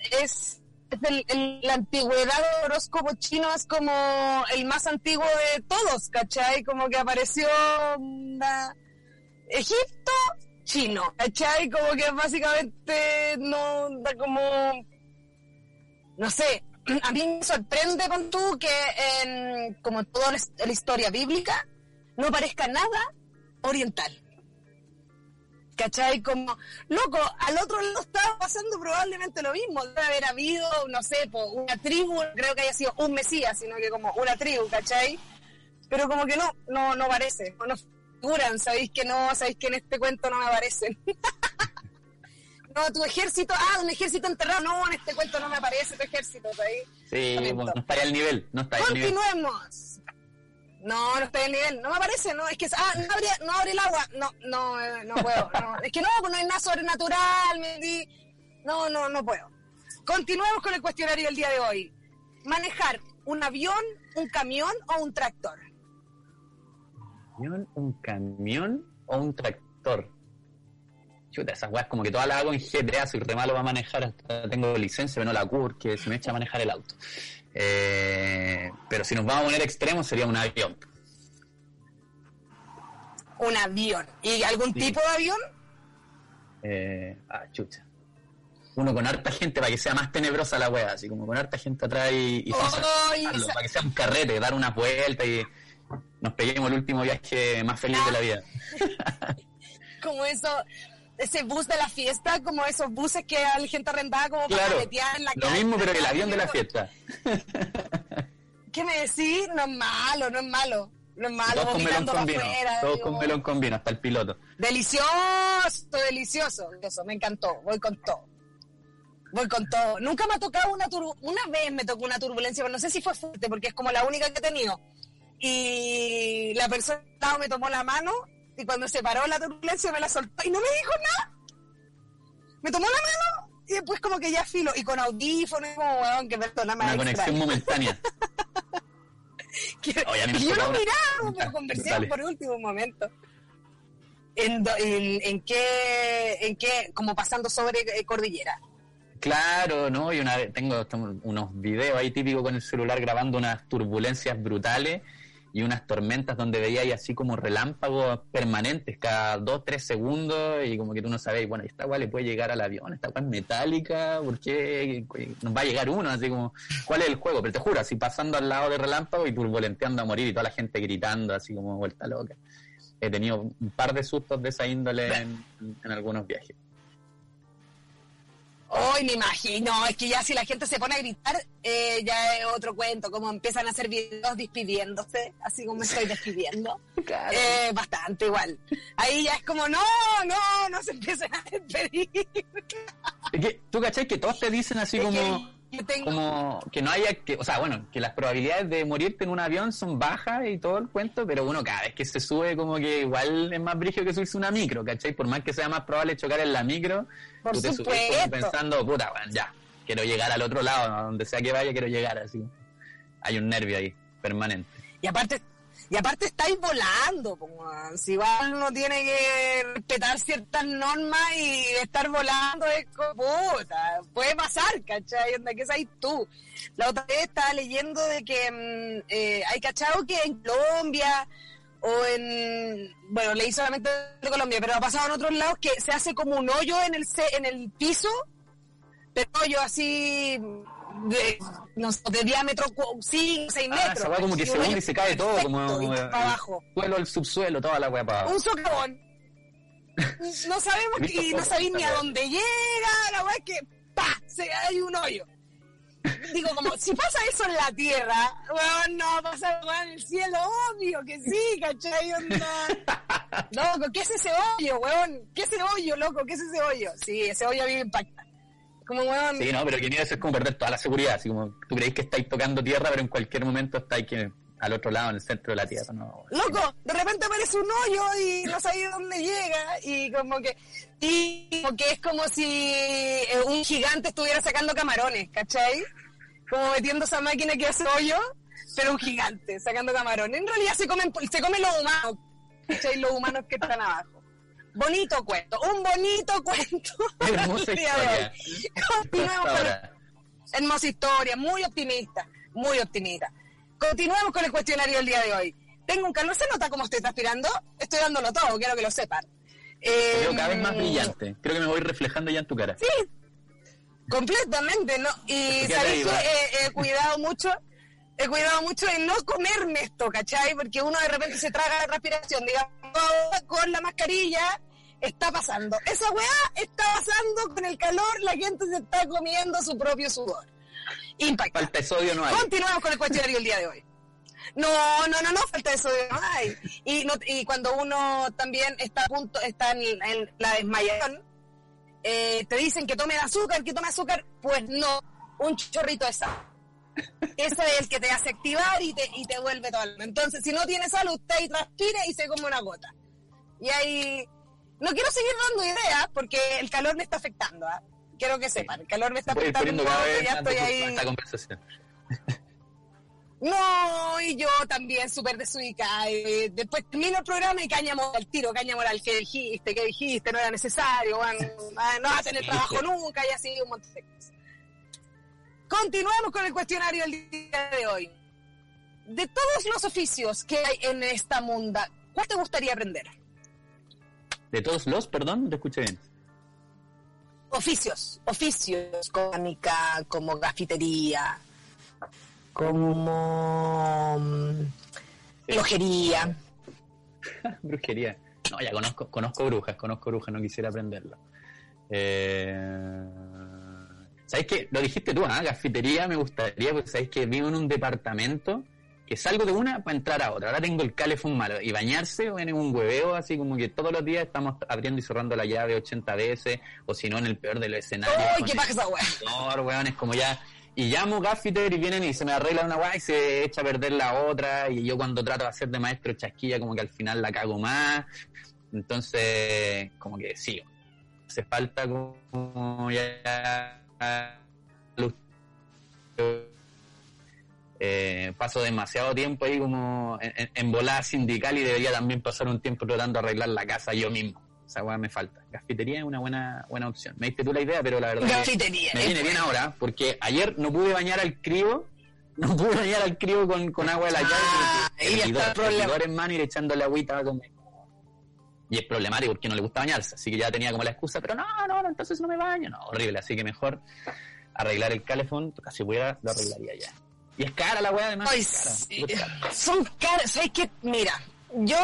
la antigüedad del horóscopo chino es como el más antiguo de todos, ¿cachai? Como que apareció Egipto chino, ¿cachai? Como que básicamente no da como... No sé, a mí me sorprende con tú que como toda la historia bíblica no parezca nada oriental. ¿Cachai? Como, loco, al otro lado estaba pasando probablemente lo mismo. Debe haber habido, no sé, una tribu, no creo que haya sido un mesías, sino que como una tribu, ¿cachai? Pero como que no parece, no figuran, sabéis que en este cuento no me aparecen. No, tu ejército, un ejército enterrado, no, en este cuento no me aparece tu ejército, ¿sabéis? Sí, Lamento. bueno, no está ahí al nivel, Continuemos. No está en el nivel, no me aparece, no, es que, no abre el agua, no puedo, no, es que no hay nada sobrenatural, no puedo. Continuemos con el cuestionario del día de hoy. Manejar un avión, un camión o un tractor. ¿Un camión o un tractor? Chuta, esas weas como que todas las hago en GTA, soy re malo para manejar, hasta tengo licencia, pero no la CUR, porque se me echa a manejar el auto. Pero si nos vamos a poner extremos sería un avión. Un avión. ¿Y algún Sí. tipo de avión? Chucha. Uno con harta gente para que sea más tenebrosa la wea, así como con harta gente atrás y para que sea un carrete, dar una vuelta y nos peguemos el último viaje más feliz de la vida. Como ese bus de la fiesta, como esos buses que la gente arrendaba como para Claro, paletear en la lo calle. mismo pero que el avión de la fiesta. ¿Qué me decís? No es malo. Lo malo, Todos con melón vomitando con para vino. afuera. Todos digo, con melón con vino, hasta el piloto. delicioso. Eso, me encantó. Voy con todo. Nunca me ha tocado una vez me tocó una turbulencia, pero no sé si fue fuerte, porque es como la única que he tenido. Y la persona al lado me tomó la mano, y cuando se paró la turbulencia me la soltó, y no me dijo nada. Me tomó la mano, y después como que ya filo, y con audífonos, como, weón, que persona más Una conexión extraña. momentánea. Oye, a mí me Y yo tocó lo una- miraba, pero conversamos Dale. por último momento. ¿En qué, como pasando sobre cordillera? Claro, ¿no? Y una vez tengo unos videos ahí típicos con el celular grabando unas turbulencias brutales y unas tormentas donde veía ahí así como relámpagos permanentes cada 2-3 segundos y como que tú no sabes, bueno, esta weá le puede llegar al avión, esta weá es metálica, ¿por qué nos va a llegar uno? Así como, ¿cuál es el juego? Pero te juro, así pasando al lado de relámpagos y turbulenteando a morir y toda la gente gritando así como vuelta loca. He tenido un par de sustos de esa índole en algunos viajes. Hoy me imagino, es que ya si la gente se pone a gritar, ya es otro cuento, como empiezan a hacer videos despidiéndose, así como me estoy despidiendo. Claro. Bastante igual. Ahí ya es como, no se empiecen a despedir. Es que, ¿tú cachai que todos te dicen así Es como... que yo tengo- como que no haya que, o sea, bueno, que las probabilidades de morirte en un avión son bajas y todo el cuento, pero uno cada vez que se sube como que igual es más brígido que subirse una micro, ¿cachai? Por más que sea más probable chocar en la micro, Por tú te subes supuesto. como pensando, puta, bueno, ya, quiero llegar al otro lado, a donde sea que vaya, quiero llegar, así. Hay un nervio ahí, permanente. Y aparte estáis volando, como, si igual uno tiene que respetar ciertas normas y estar volando es como, puta, puede pasar, ¿cachai? Onda, ¿qué sabes tú? La otra vez estaba leyendo de que hay cachado que en Colombia bueno, leí solamente de Colombia, pero ha pasado en otros lados que se hace como un hoyo en el piso, pero hoyo así de diámetro 5, 6 metros. Esa weá como que Y se un hunde hoyo y se cae todo, perfecto, como y para abajo. el suelo, el subsuelo, toda la weá para abajo. Un socavón. No sabemos He visto y no fotos sabéis de ni esa a weá. dónde llega, la weá es que ¡pa! Hay un hoyo. Digo, como, si pasa eso en la tierra, weón, no pasa en el cielo, obvio que sí, ¿cachai? Onda. Loco, ¿qué es ese hoyo, weón? ¿Qué es ese hoyo, loco? ¿Qué es ese hoyo? Sí, ese hoyo a mí me impacta. Como, weón, Sí, no, pero que ni eso es como perder toda la seguridad, así como tú creéis que estáis tocando tierra, pero en cualquier momento estáis que al otro lado, en el centro de la tierra, no. loco, de repente aparece un hoyo y no sabéis dónde llega y como que es como si un gigante estuviera sacando camarones, ¿cachai? Como metiendo esa máquina que hace hoyo, pero un gigante sacando camarones. En realidad se comen los humanos, ¿cachai? Los humanos que están abajo. Bonito cuento, un bonito cuento. Hermosa El día de historia. hoy. Continuemos Hasta con ahora. hermosa historia, muy optimista, muy optimista. Continuemos con el cuestionario del día de hoy. Tengo un calor, ¿se nota cómo estoy transpirando? Estoy dándolo todo, quiero que lo sepan. Te veo cada vez más brillante. Creo que me voy reflejando ya en tu cara. Sí, completamente, ¿no? Y Fíjate sabéis ahí, que va. he cuidado mucho en no comerme esto, ¿cachai? Porque uno de repente se traga la transpiración, digamos, con la mascarilla está pasando. Esa weá está pasando con el calor, la gente se está comiendo su propio sudor. Impacta. Falta de sodio no hay. Continuamos con el cuestionario del día de hoy. No, falta de sodio no hay. Y cuando uno también está a punto, está en la desmayación, te dicen que tome azúcar, pues no, un chorrito de sal. Ese es el que te hace activar y te vuelve todo. Entonces, si no tienes sal, usted ahí transpire y se come una gota. Y ahí, no quiero seguir dando ideas porque el calor me está afectando, ¿ah? Quiero que sepan, el calor me está Voy a ir afectando poniendo un cada poco, vez ya más estoy de ahí. esta conversación. No, y yo también súper desubicada. Después termino el programa y caña moral, caña moral, ¿qué dijiste? No era necesario, no hacen el trabajo nunca y así un montón de cosas. Continuamos con el cuestionario del día de hoy. De todos los oficios que hay en esta munda, ¿cuál te gustaría aprender? De todos los, perdón, no te escuché bien. Oficios, como cerámica, como gafitería, como relojería. Brujería. No, ya conozco brujas, no quisiera aprenderlo. ¿Sabes qué? Lo dijiste tú, ¿ah? Gafitería me gustaría, porque sabes que vivo en un departamento que salgo de una para entrar a otra. Ahora tengo el calefón malo. Y bañarse, bueno, es un hueveo, así como que todos los días estamos abriendo y cerrando la llave 80 veces, o si no, en el peor de los escenarios. ¡Uy, qué pasa esa weá! No, weón, es como ya... Y llamo gaffiter y vienen y se me arregla una weá y se echa a perder la otra. Y yo cuando trato de hacer de maestro chasquilla, como que al final la cago más. Entonces, como que sí, hace falta como ya... paso demasiado tiempo ahí como en volada sindical y debería también pasar un tiempo tratando de arreglar la casa yo mismo. Esa weá me falta. Cafetería es una buena opción. Me diste tú la idea, pero la verdad Cafetería, me viene bien ahora, porque ayer no pude bañar al crío con agua de la llave. Ahí está el problema. En mano y echándole agüita con... Y es problemático porque no le gusta bañarse, así que ya tenía como la excusa, pero no, entonces no me baño. No, horrible, así que mejor arreglar el calefón, casi pudiera, lo arreglaría ya. Y es cara la weá además. Ay, sí. Son caras, ¿sabes qué? Mira, yo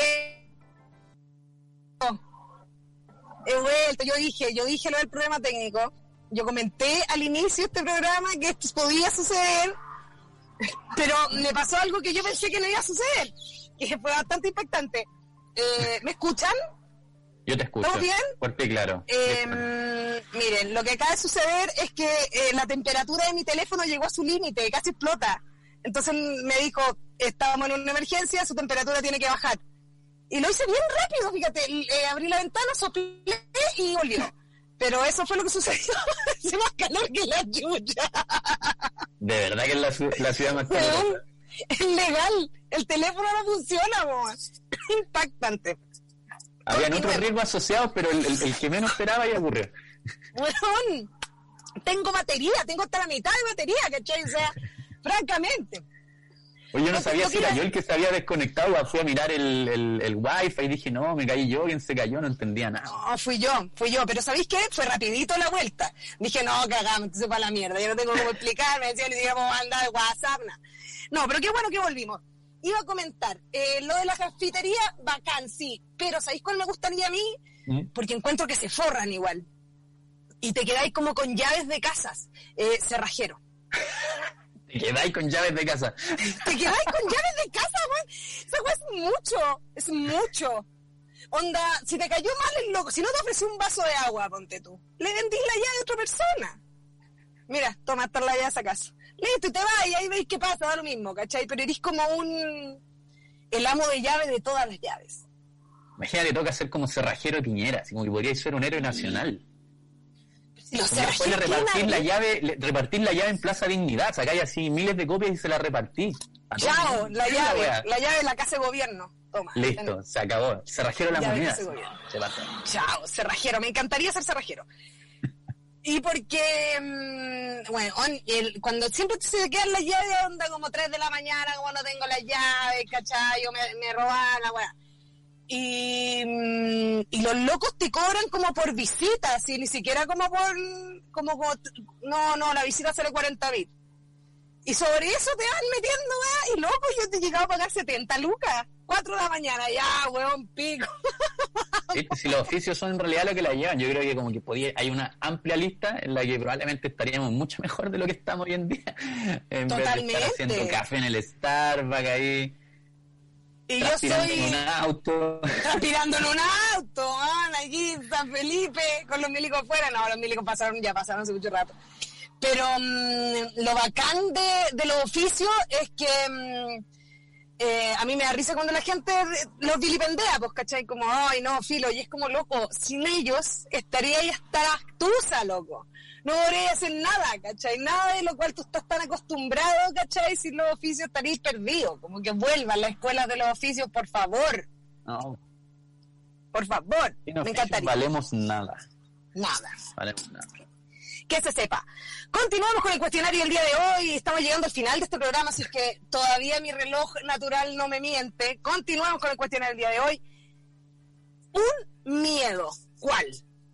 he vuelto, yo dije lo del problema técnico, yo comenté al inicio de este programa que esto podía suceder, pero me pasó algo que yo pensé que no iba a suceder, que fue bastante impactante. ¿Me escuchan? Yo te escucho. ¿Estamos bien? Fuerte y claro. Miren, lo que acaba de suceder es que la temperatura de mi teléfono llegó a su límite, casi explota. Entonces me dijo, estábamos en una emergencia, su temperatura tiene que bajar. Y lo hice bien rápido, fíjate, abrí la ventana, soplé y volvió. Pero eso fue lo que sucedió. Hace más calor que la chucha. De verdad que es la ciudad más calurosa. Es legal, el teléfono no funciona, boa. Impactante. Habían otros riesgos asociados, pero el que menos esperaba ya ocurrió. Bueno, tengo batería, tengo hasta la mitad de batería, ¿cachai? O sea, francamente. Oye, yo no sabía si era yo el que se había desconectado, fui a mirar el wifi y dije, no, me caí yo, ¿quién se cayó? No entendía nada. No, fui yo, pero ¿sabéis qué? Fue rapidito la vuelta. Dije, no, cagamos, entonces para la mierda, yo no tengo cómo explicar, me decían, ni siquiera cómo mandar el WhatsApp, nada. No, pero qué bueno que volvimos. Iba a comentar, lo de la cafetería, bacán, sí, pero ¿sabéis cuál me gustaría a mí? Porque encuentro que se forran igual. Y te quedáis como con llaves de casas, cerrajero. Te quedáis con llaves de casa. Te quedáis con llaves de casa, weón. Esa weá es mucho. Onda, si te cayó mal el loco, si no te ofreció un vaso de agua, ponte tú, le vendís la llave a otra persona. Mira, toma, esta la llave a esa casa. Listo, y te vas y ahí veis qué pasa, da lo mismo, ¿cachai? Pero eres como el amo de llave de todas las llaves. Imagínate, toca ser como cerrajero de Piñera, así como que podríais ser un héroe nacional. Los después de repartir la llave en Plaza Dignidad, sacáis así miles de copias y se la repartís. Chao, la llave de la casa de gobierno. Toma. Listo, se acabó. Cerrajero de la moneda. Se pasó. Chao, cerrajero. Me encantaría ser cerrajero. Y porque, bueno, cuando siempre se quedan las llaves, onda como 3 de la mañana, como no tengo las llaves, ¿cachai? O me roban la weá. Y los locos te cobran como por visita, así, ni siquiera como no, la visita sale 40 bits. Y sobre eso te van metiendo, weá, y loco, yo te he llegado a pagar 70 lucas, 4 de la mañana, ya, weón, pico. Sí, si los oficios son en realidad lo que la llevan, yo creo que como que hay una amplia lista en la que probablemente estaríamos mucho mejor de lo que estamos hoy en día. En Totalmente. vez de estar haciendo café en el Starbucks ahí. Y yo soy... en un auto. Transpirando en un auto, man, aquí en San Felipe, con los milicos afuera. No, los milicos pasaron hace mucho rato. Pero lo bacán de los oficios es que a mí me da risa cuando la gente los vilipendea, pues, ¿cachai? Como, ay, no, filo, y es como, loco, sin ellos estaría ahí hasta la astuza, loco. No podría hacer nada, ¿cachai? Nada de lo cual tú estás tan acostumbrado, ¿cachai? Sin los oficios estarías perdido. Como que vuelvan las escuelas de los oficios, por favor. No. Por favor, me encantaría. Valemos nada. Nada. Valemos nada. Que se sepa. Continuamos con el cuestionario del día de hoy. Estamos llegando al final de este programa, así que todavía mi reloj natural no me miente. Continuamos con el cuestionario del día de hoy. Un miedo. ¿Cuál?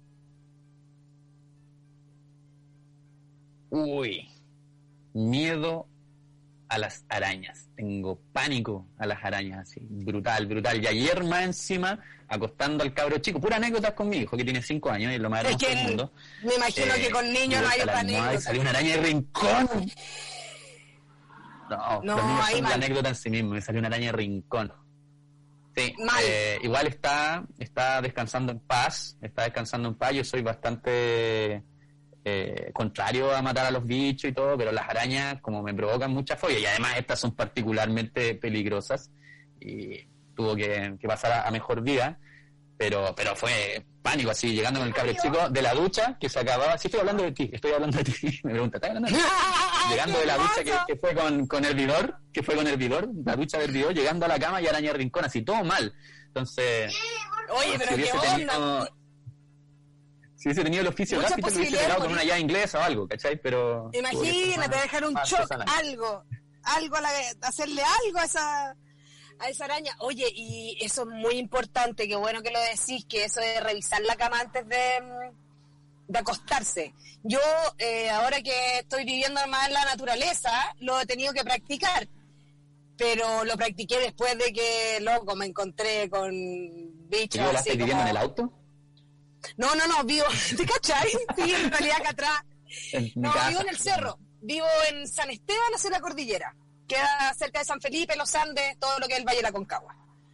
Uy, miedo a las arañas. Tengo pánico a las arañas, así, brutal. Y ayer más encima, acostando al cabro chico, pura anécdotas con mi hijo, que tiene 5 años, y es lo más hermoso del mundo. Me imagino que con niños no hay otra anécdota. Salió una araña de rincón. No, No, los niños ahí son la mal. anécdota en sí mismo. Me salió una araña de rincón. Sí, Mal. igual está descansando en paz. Está descansando en paz. Yo soy bastante contrario a matar a los bichos y todo, pero las arañas como me provocan mucha fobia. Y además estas son particularmente peligrosas. Y tuvo que pasar a mejor vida. Pero fue pánico, así, llegando con el cabre chico de la ducha, que se acababa. Sí, estoy hablando de ti. Me pregunta, ¿estás hablando de ti? Llegando de la ducha que fue con hervidor, la ducha de hervidor, llegando a la cama y araña de rincón, así, todo mal. Entonces, Oye, pero qué onda. si hubiese tenido el oficio Muchas gráfico, lo hubiese pegado con una llave inglesa o algo, ¿cachai? Pero Imagínate dejar un shock, algo, hacerle algo a esa araña. Oye, y eso es muy importante, qué bueno que lo decís, que eso de revisar la cama antes de acostarse. Yo, ahora que estoy viviendo más en la naturaleza, lo he tenido que practicar, pero lo practiqué después de que, loco, me encontré con bichos ¿Lo así estás viviendo en el auto? No, vivo, ¿te cachai? Sí, en realidad acá atrás. No, vivo en el cerro, vivo en San Esteban, hacia la cordillera. Queda cerca de San Felipe, los Andes, todo lo que es el Valle de la Concagua.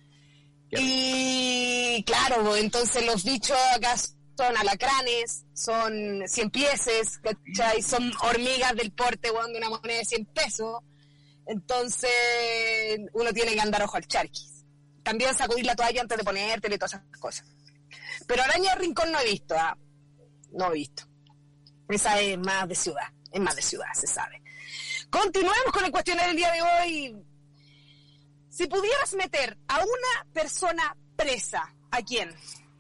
Y claro, entonces los bichos acá son alacranes, son ciempieses, ¿cachai? Son hormigas del porte, bueno, de una moneda de 100 pesos. Entonces uno tiene que andar ojo al charquis. También sacudir la toalla antes de ponértela y todas esas cosas. Pero araña de rincón no he visto, ¿ah? No he visto. Esa es más de ciudad, se sabe. Continuemos con el cuestionario del día de hoy. Si pudieras meter a una persona presa, ¿a quién?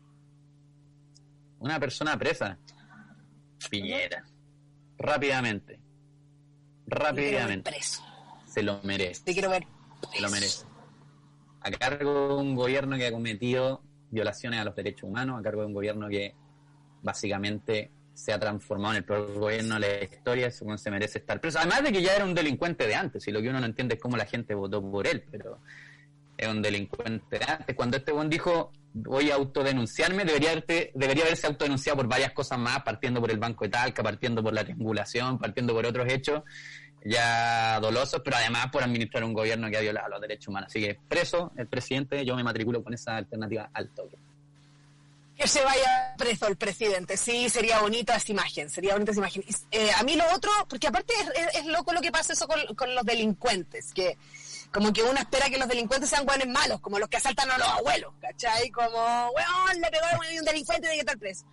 Una persona presa. Piñera. Rápidamente. Preso. Se lo merece. Te quiero ver preso. Se lo merece. A cargo de un gobierno que ha cometido violaciones a los derechos humanos, a cargo de un gobierno que básicamente se ha transformado en el peor gobierno de la historia, según se merece estar preso. Además de que ya era un delincuente de antes, y lo que uno no entiende es cómo la gente votó por él, pero es un delincuente de antes. Cuando este buen dijo, voy a autodenunciarme, debería haberse autodenunciado por varias cosas más, partiendo por el Banco de Talca, partiendo por la triangulación, partiendo por otros hechos ya dolosos, pero además por administrar un gobierno que ha violado los derechos humanos. Así que preso el presidente, yo me matriculo con esa alternativa al toque. Que se vaya preso el presidente, sí, sería bonita esa imagen, a mí lo otro, porque aparte es loco lo que pasa eso con los delincuentes, que como que uno espera que los delincuentes sean buenos malos, como los que asaltan a los abuelos, ¿cachai? Como, weón, le pegó a un delincuente, tiene que estar preso.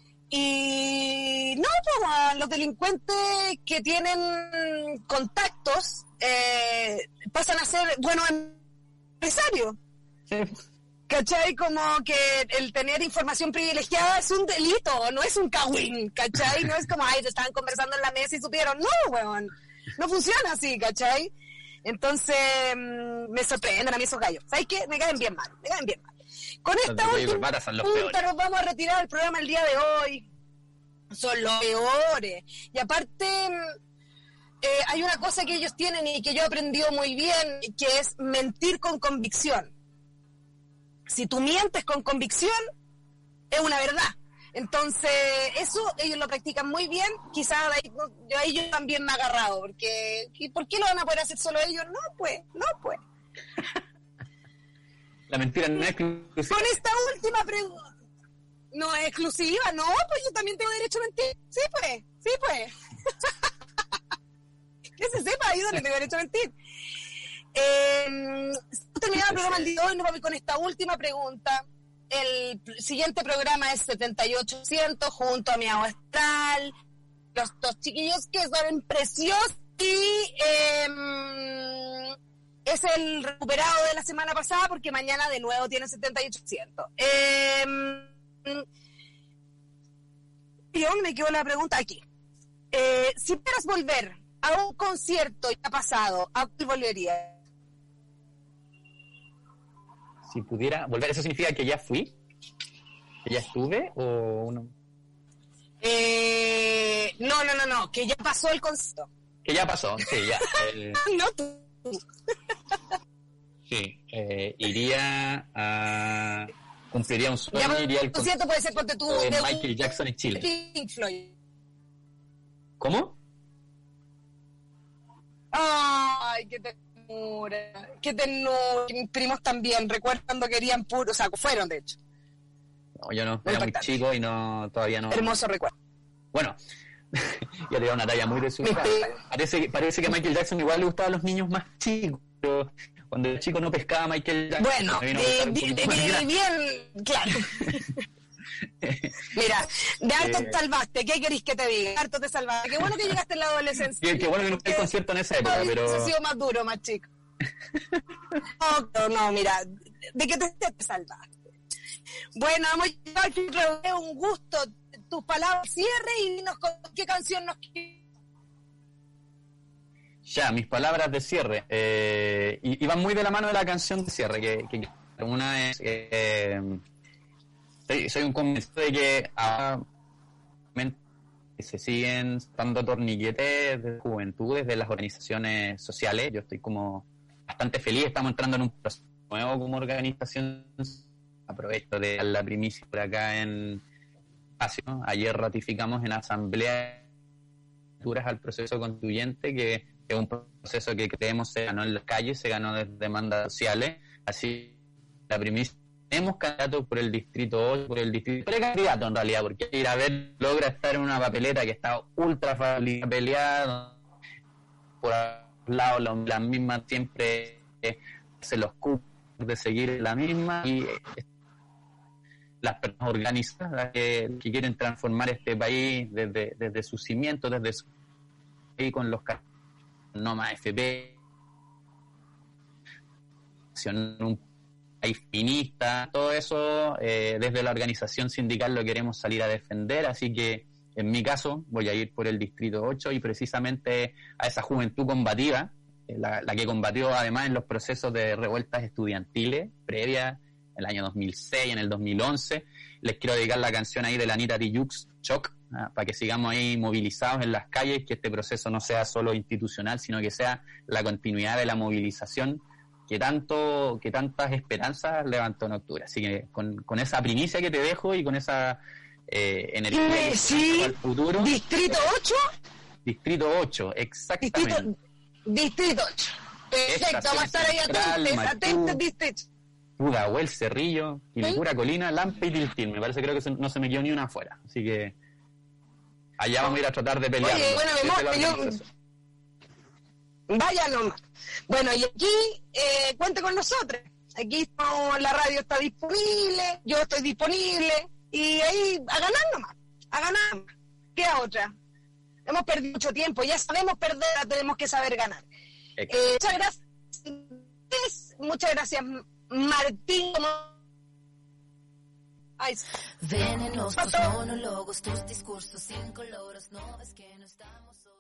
Y no, pues los delincuentes que tienen contactos pasan a ser buenos empresarios. Sí. ¿Cachai? Como que el tener información privilegiada es un delito, no es un cagüín, ¿cachai? No es como, ay, te estaban conversando en la mesa y supieron. No, weón, no funciona así, ¿cachai? Entonces, me sorprenden a mí esos gallos. ¿Sabes qué? Me caen bien mal. Con esta última punta nos vamos a retirar del programa el día de hoy. Son los peores. Y aparte, hay una cosa que ellos tienen y que yo he aprendido muy bien, que es mentir con convicción. Si tú mientes con convicción, es una verdad. Entonces, eso ellos lo practican muy bien. Quizás ahí yo también me he agarrado, porque ¿por qué lo van a poder hacer solo ellos? No, pues. La mentira no es exclusiva. Con esta última pregunta. No es exclusiva, no, pues yo también tengo derecho a mentir. Sí, pues. Que se sepa, yo también tengo derecho a mentir. Terminamos el programa el día de hoy, nos vamos con esta última pregunta. El siguiente programa es 7800 junto a mi astral, los dos chiquillos que son preciosos y es el recuperado de la semana pasada porque mañana de nuevo tiene 7800. Y aún me quedó la pregunta aquí. Si pudieras volver a un concierto ya pasado, ¿a cuál volverías? Si pudiera volver, ¿eso significa que ya fui? ¿Que ya estuve o no? No, que ya pasó el concierto. Que ya pasó, sí, ya. No tú. Sí, iría a... Cumpliría un sueño, iría al concierto puede ser porque tú de Michael Jackson en Chile. Pink Floyd. ¿Cómo? Ay, qué ternura. Qué ternura. Mis primos también, recuerdo cuando querían puro, o sea, fueron de hecho. No, yo no, era muy chico y todavía no. Hermoso recuerdo. Bueno, ya te da una talla muy desubicada. Parece que a Michael Jackson igual le gustaba a los niños más chicos, pero cuando el chico no pescaba a Michael Jackson... Bueno, bien, claro. Mira, de harto te salvaste, ¿qué querés que te diga? Harto te salvaste. Qué bueno que llegaste en la adolescencia. Qué bueno que no fue el concierto en esa época, pero... Ha sido más duro, más chico. No, mira, ¿de qué te salvaste? Bueno, vamos a llegar al final, un gusto. Tus palabras cierre y dinos con qué canción nos quieres. Ya, mis palabras de cierre. Y van muy de la mano de la canción de cierre, que una es... soy un convencido de que ahora se siguen dando torniquetes de juventudes de las organizaciones sociales. Yo estoy como bastante feliz, estamos entrando en un proceso nuevo como organización. Aprovecho de dar la primicia por acá en espacio. Ayer ratificamos en asamblea al proceso constituyente, que es un proceso que creemos se ganó en las calles, se ganó desde demandas sociales. Así, la primicia, tenemos candidatos por el distrito 8, por el distrito precandidato en realidad, porque ir a ver logra estar en una papeleta que está ultra peleada, por un lado las mismas siempre se los cupo de seguir la misma, y las personas organizadas que quieren transformar este país desde sus cimientos, desde su país, con los no más FP, un país finista, todo eso desde la organización sindical lo queremos salir a defender, así que en mi caso voy a ir por el distrito 8 y precisamente a esa juventud combativa, la que combatió además en los procesos de revueltas estudiantiles previas, en el año 2006, en el 2011. Les quiero dedicar la canción ahí de la Anita Tijoux, Choc, para que sigamos ahí movilizados en las calles, que este proceso no sea solo institucional, sino que sea la continuidad de la movilización que tantas esperanzas levantó en octubre. Así que con esa primicia que te dejo y con esa energía sí, al futuro. ¿Distrito 8? Distrito 8, exactamente. Distrito 8. Perfecto, vamos a estar ahí atentos, distrito. Pudahuel, Cerrillo, Quilicura, Colina, Lampe y Tiltín. Me parece, creo que no se me quedó ni una afuera. Así que allá vamos a ir a tratar de pelear. Oye, bueno, vaya nomás. Bueno, y aquí cuente con nosotros. Aquí la radio está disponible, yo estoy disponible, y ahí a ganar nomás, a ganar. ¿Qué otra? Hemos perdido mucho tiempo, ya sabemos perder, tenemos que saber ganar. Muchas gracias. Muchas gracias, Martín. Ay, venenosos monólogos, tus discursos incoloros, no es que no estamos